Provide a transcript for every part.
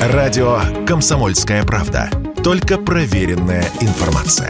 Радио «Комсомольская правда». Только проверенная информация.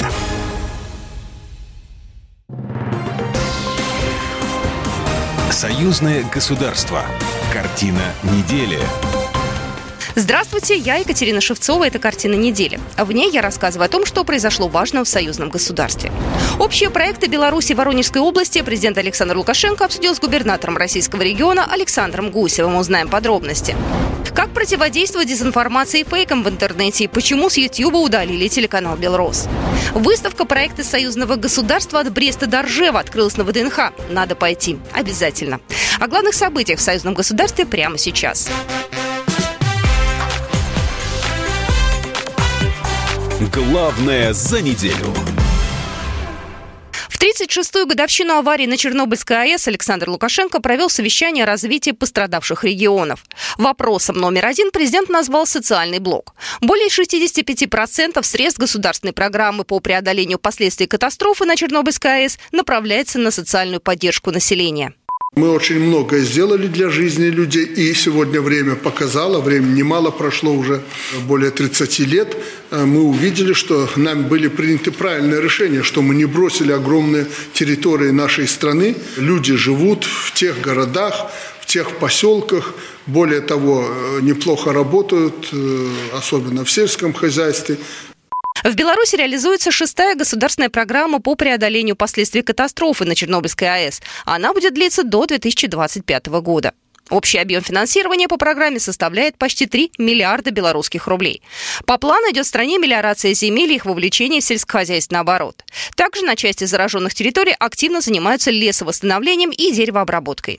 Союзное государство. Картина недели. Здравствуйте, я Екатерина Шевцова. Это «Картина недели». В ней я рассказываю о том, что произошло важного в союзном государстве. Общие проекты Беларуси и Воронежской области президент Александр Лукашенко обсудил с губернатором российского региона Александром Гусевым. Узнаем подробности. Как противодействовать дезинформации и фейкам в интернете и почему с Ютьюба удалили телеканал «Белрос». Выставка «Проекты союзного государства от Бреста до Ржева» открылась на ВДНХ. Надо пойти. Обязательно. О главных событиях в союзном государстве прямо сейчас. Главное за неделю. В 36-ю годовщину аварии на Чернобыльской АЭС Александр Лукашенко провел совещание о развитии пострадавших регионов. Вопросом номер один президент назвал социальный блок. Более 65% средств государственной программы по преодолению последствий катастрофы на Чернобыльской АЭС направляется на социальную поддержку населения. Мы очень многое сделали для жизни людей, и сегодня время показало, времени немало прошло, уже более 30 лет, мы увидели, что нами были приняты правильные решения, что мы не бросили огромные территории нашей страны. Люди живут в тех городах, в тех поселках, более того, неплохо работают, особенно в сельском хозяйстве. В Беларуси реализуется 6-я государственная программа по преодолению последствий катастрофы на Чернобыльской АЭС. Она будет длиться до 2025 года. Общий объем финансирования по программе составляет почти 3 миллиарда белорусских рублей. По плану идет в стране мелиорация земель и их вовлечение в сельскохозяйственный оборот. Также на части зараженных территорий активно занимаются лесовосстановлением и деревообработкой.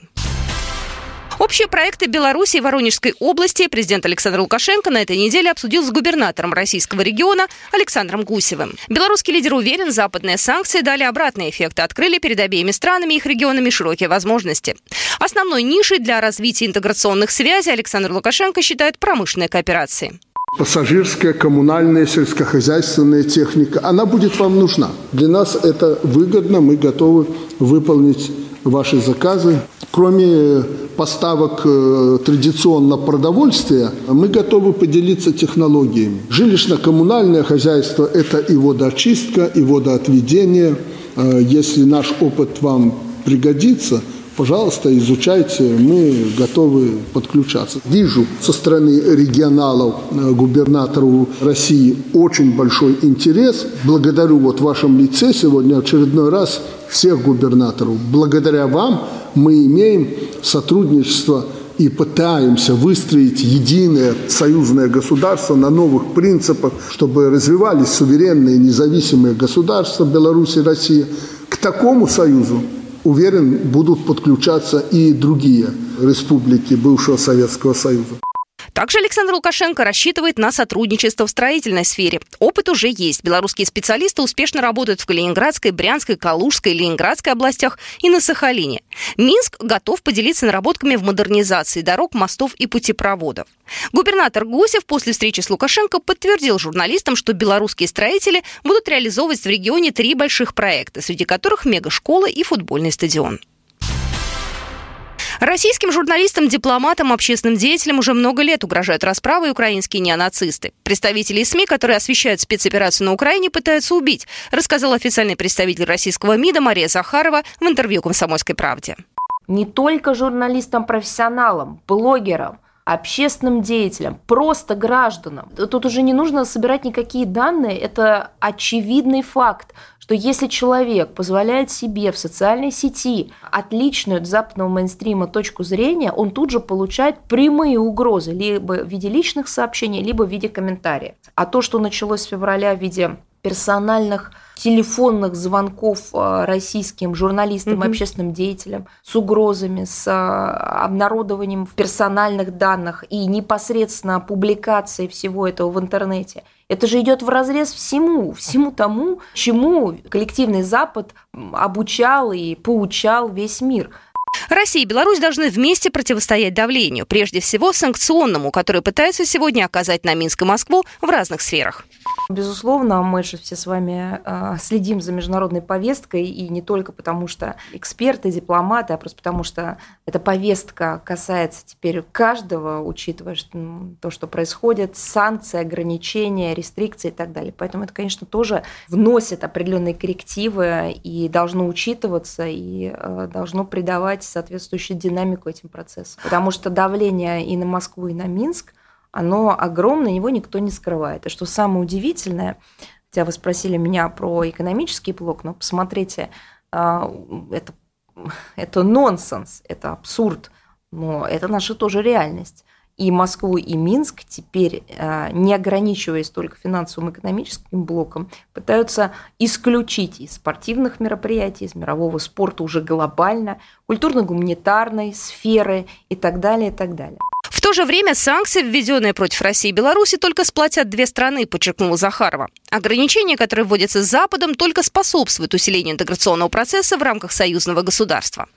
Общие проекты Беларуси и Воронежской области президент Александр Лукашенко на этой неделе обсудил с губернатором российского региона Александром Гусевым. Белорусский лидер уверен, западные санкции дали обратный эффект и открыли перед обеими странами и их регионами широкие возможности. Основной нишей для развития интеграционных связей Александр Лукашенко считает промышленные кооперации. Пассажирская, коммунальная, сельскохозяйственная техника, она будет вам нужна. Для нас это выгодно, мы готовы выполнить ваши заказы. Кроме поставок традиционно продовольствия, мы готовы поделиться технологиями. Жилищно-коммунальное хозяйство – это и водоочистка, и водоотведение. Если наш опыт вам пригодится, пожалуйста, изучайте, мы готовы подключаться. Вижу со стороны регионалов, губернатору России очень большой интерес. Благодарю в вашем лице сегодня очередной раз всех губернаторов. Благодаря вам мы имеем сотрудничество и пытаемся выстроить единое союзное государство на новых принципах, чтобы развивались суверенные независимые государства Беларусь и Россия. К такому союзу, уверен, будут подключаться и другие республики бывшего Советского Союза. Также Александр Лукашенко рассчитывает на сотрудничество в строительной сфере. Опыт уже есть. Белорусские специалисты успешно работают в Калининградской, Брянской, Калужской, Ленинградской областях и на Сахалине. Минск готов поделиться наработками в модернизации дорог, мостов и путепроводов. Губернатор Гусев после встречи с Лукашенко подтвердил журналистам, что белорусские строители будут реализовывать в регионе 3 больших проекта, среди которых мегашкола и футбольный стадион. Российским журналистам, дипломатам, общественным деятелям уже много лет угрожают расправы украинские неонацисты. Представители СМИ, которые освещают спецоперацию на Украине, пытаются убить, рассказал официальный представитель российского МИДа Мария Захарова в интервью «Комсомольской правде». Не только журналистам-профессионалам, блогерам, общественным деятелям, просто гражданам. Тут уже не нужно собирать никакие данные, это очевидный факт, что если человек позволяет себе в социальной сети отличную от западного мейнстрима точку зрения, он тут же получает прямые угрозы либо в виде личных сообщений, либо в виде комментариев. А то, что началось с февраля в виде персональных телефонных звонков российским журналистам и общественным деятелям с угрозами, с обнародованием персональных данных и непосредственно публикацией всего этого в интернете. Это же идет вразрез всему тому, чему коллективный Запад обучал и поучал весь мир. Россия и Беларусь должны вместе противостоять давлению, прежде всего санкционному, которое пытаются сегодня оказать на Минск и Москву в разных сферах. Безусловно, мы же все с вами следим за международной повесткой, и не только потому, что эксперты, дипломаты, а просто потому, что эта повестка касается теперь каждого, учитывая то, что происходит, санкции, ограничения, рестрикции и так далее. Поэтому это, конечно, тоже вносит определенные коррективы и должно учитываться, и должно придавать соответствующую динамику этим процессам. Потому что давление и на Москву, и на Минск, оно огромное, его никто не скрывает. И что самое удивительное, хотя вы спросили меня про экономический блок, но посмотрите, это нонсенс, это абсурд, но это наша тоже реальность. И Москву, и Минск теперь, не ограничиваясь только финансовым и экономическим блоком, пытаются исключить из спортивных мероприятий, из мирового спорта уже глобально, культурно-гуманитарной сферы и так далее, и так далее. В то же время санкции, введенные против России и Беларуси, только сплотят две страны, подчеркнула Захарова. Ограничения, которые вводятся Западом, только способствуют усилению интеграционного процесса в рамках союзного государства.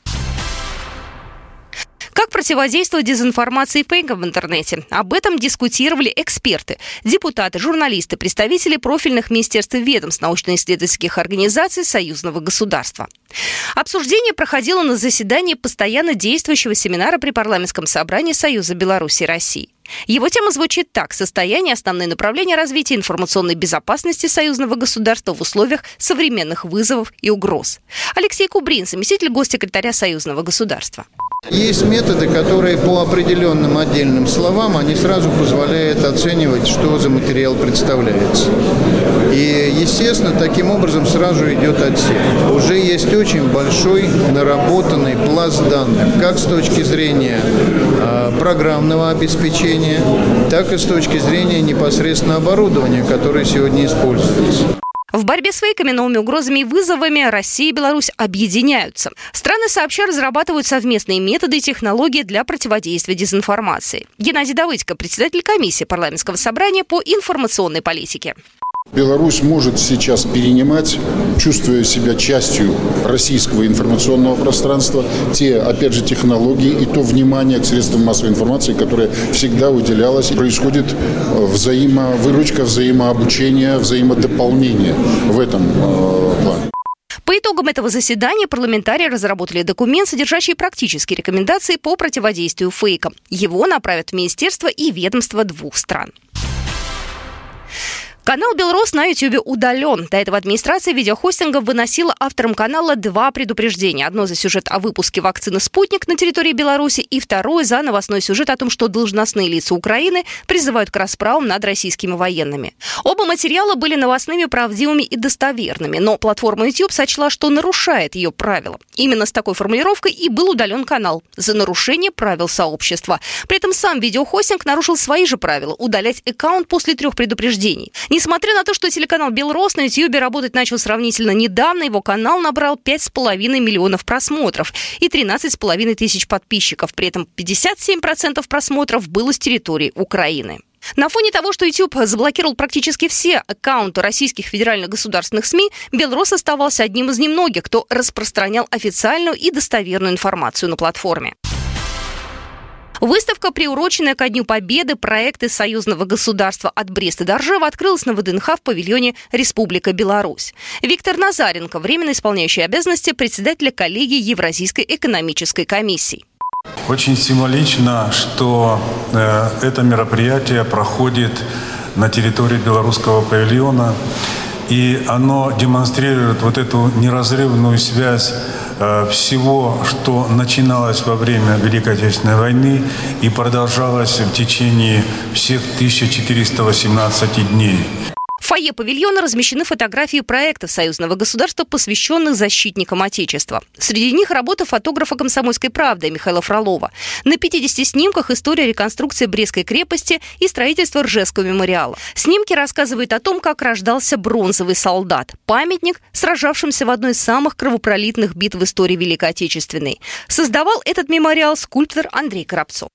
Как противодействовать дезинформации и фейкам в интернете? Об этом дискутировали эксперты, депутаты, журналисты, представители профильных министерств и ведомств, научно-исследовательских организаций союзного государства. Обсуждение проходило на заседании постоянно действующего семинара при парламентском собрании Союза Беларуси и России. Его тема звучит так: состояние, основные направления развития информационной безопасности союзного государства в условиях современных вызовов и угроз. Алексей Кубрин, заместитель госсекретаря союзного государства. Есть методы, которые по определенным отдельным словам, они сразу позволяют оценивать, что за материал представляется. И, естественно, таким образом сразу идет отсев. Уже есть очень большой наработанный пласт данных, как с точки зрения программного обеспечения, так и с точки зрения непосредственно оборудования, которое сегодня используется. В борьбе с фейками, новыми угрозами и вызовами Россия и Беларусь объединяются. Страны сообща разрабатывают совместные методы и технологии для противодействия дезинформации. Геннадий Давыдько, председатель комиссии парламентского собрания по информационной политике. Беларусь может сейчас перенимать, чувствуя себя частью российского информационного пространства, те, опять же, технологии и то внимание к средствам массовой информации, которое всегда уделялось. Происходит взаимовыручка, взаимообучение, взаимодополнение в этом плане. По итогам этого заседания парламентарии разработали документ, содержащий практические рекомендации по противодействию фейкам. Его направят в министерства и ведомства двух стран. Канал «Белрос» на YouTube удален. До этого администрация видеохостинга выносила авторам канала 2 предупреждения. Одно за сюжет о выпуске вакцины «Спутник» на территории Беларуси и второе за новостной сюжет о том, что должностные лица Украины призывают к расправам над российскими военными. Оба материала были новостными, правдивыми и достоверными, но платформа YouTube сочла, что нарушает ее правила. Именно с такой формулировкой и был удален канал за нарушение правил сообщества. При этом сам видеохостинг нарушил свои же правила – удалять аккаунт после 3 предупреждений. Несмотря на то, что телеканал «Белрос» на YouTube работать начал сравнительно недавно, его канал набрал 5,5 миллионов просмотров и 13,5 тысяч подписчиков. При этом 57% просмотров было с территории Украины. На фоне того, что YouTube заблокировал практически все аккаунты российских федеральных государственных СМИ, «Белрос» оставался одним из немногих, кто распространял официальную и достоверную информацию на платформе. Выставка, приуроченная ко Дню Победы, проекты союзного государства от Бреста до Ржева, открылась на ВДНХ в павильоне «Республика Беларусь». Виктор Назаренко, временно исполняющий обязанности председателя коллегии Евразийской экономической комиссии. Очень символично, что это мероприятие проходит на территории белорусского павильона, и оно демонстрирует вот эту неразрывную связь всего, что начиналось во время Великой Отечественной войны и продолжалось в течение всех 1418 дней. В фойе павильона размещены фотографии проектов союзного государства, посвященных защитникам Отечества. Среди них работа фотографа «Комсомольской правды» Михаила Фролова. На 50 снимках история реконструкции Брестской крепости и строительства Ржевского мемориала. Снимки рассказывают о том, как рождался бронзовый солдат. Памятник сражавшимся в одной из самых кровопролитных битв в истории Великой Отечественной. Создавал этот мемориал скульптор Андрей Коробцов.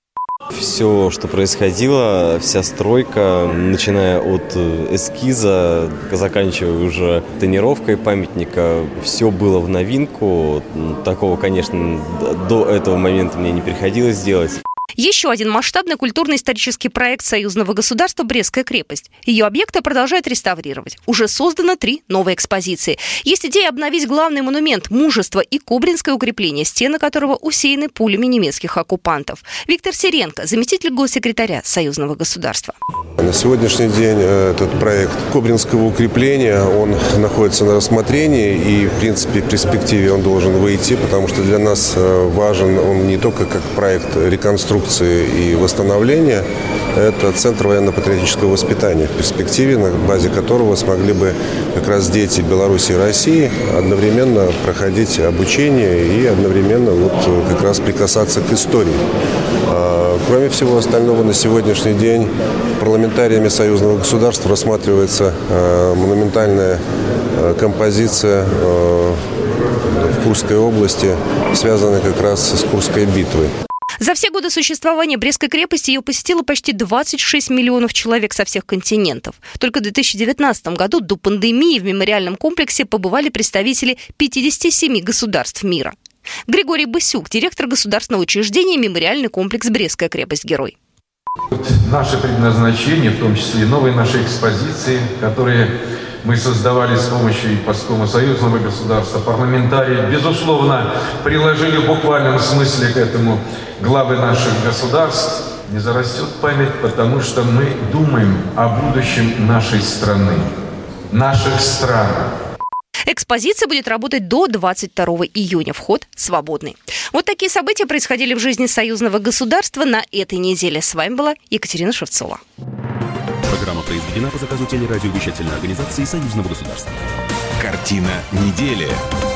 Все, что происходило, вся стройка, начиная от эскиза, заканчивая уже тонировкой памятника, все было в новинку. Такого, конечно, до этого момента мне не приходилось делать. Еще один масштабный культурно-исторический проект союзного государства «Брестская крепость». Ее объекты продолжают реставрировать. Уже создано 3 новые экспозиции. Есть идея обновить главный монумент «Мужество» и Кобринское укрепление, стены которого усеяны пулями немецких оккупантов. Виктор Сиренко, заместитель госсекретаря союзного государства. На сегодняшний день этот проект Кобринского укрепления, он находится на рассмотрении, и, в принципе, в перспективе он должен выйти, потому что для нас важен он не только как проект реконструкции и восстановления, это Центр военно-патриотического воспитания в перспективе, на базе которого смогли бы как раз дети Беларуси и России одновременно проходить обучение и одновременно как раз прикасаться к истории. Кроме всего остального, на сегодняшний день парламентариями союзного государства рассматривается монументальная композиция в Курской области, связанная как раз с Курской битвой. За все годы существования Брестской крепости ее посетило почти 26 миллионов человек со всех континентов. Только в 2019 году до пандемии в мемориальном комплексе побывали представители 57 государств мира. Григорий Бысюк, директор государственного учреждения «Мемориальный комплекс Брестская крепость-герой». Наше предназначение, в том числе новые наши экспозиции, которые мы создавали с помощью Японского союзного государства, парламентарии, безусловно, приложили в буквальном смысле к этому главы наших государств. Не зарастет память, потому что мы думаем о будущем нашей страны, наших стран. Экспозиция будет работать до 22 июня. Вход свободный. Вот такие события происходили в жизни союзного государства на этой неделе. С вами была Екатерина Шевцова. Программа произведена по заказу телерадиовещательной организации союзного государства. Картина недели.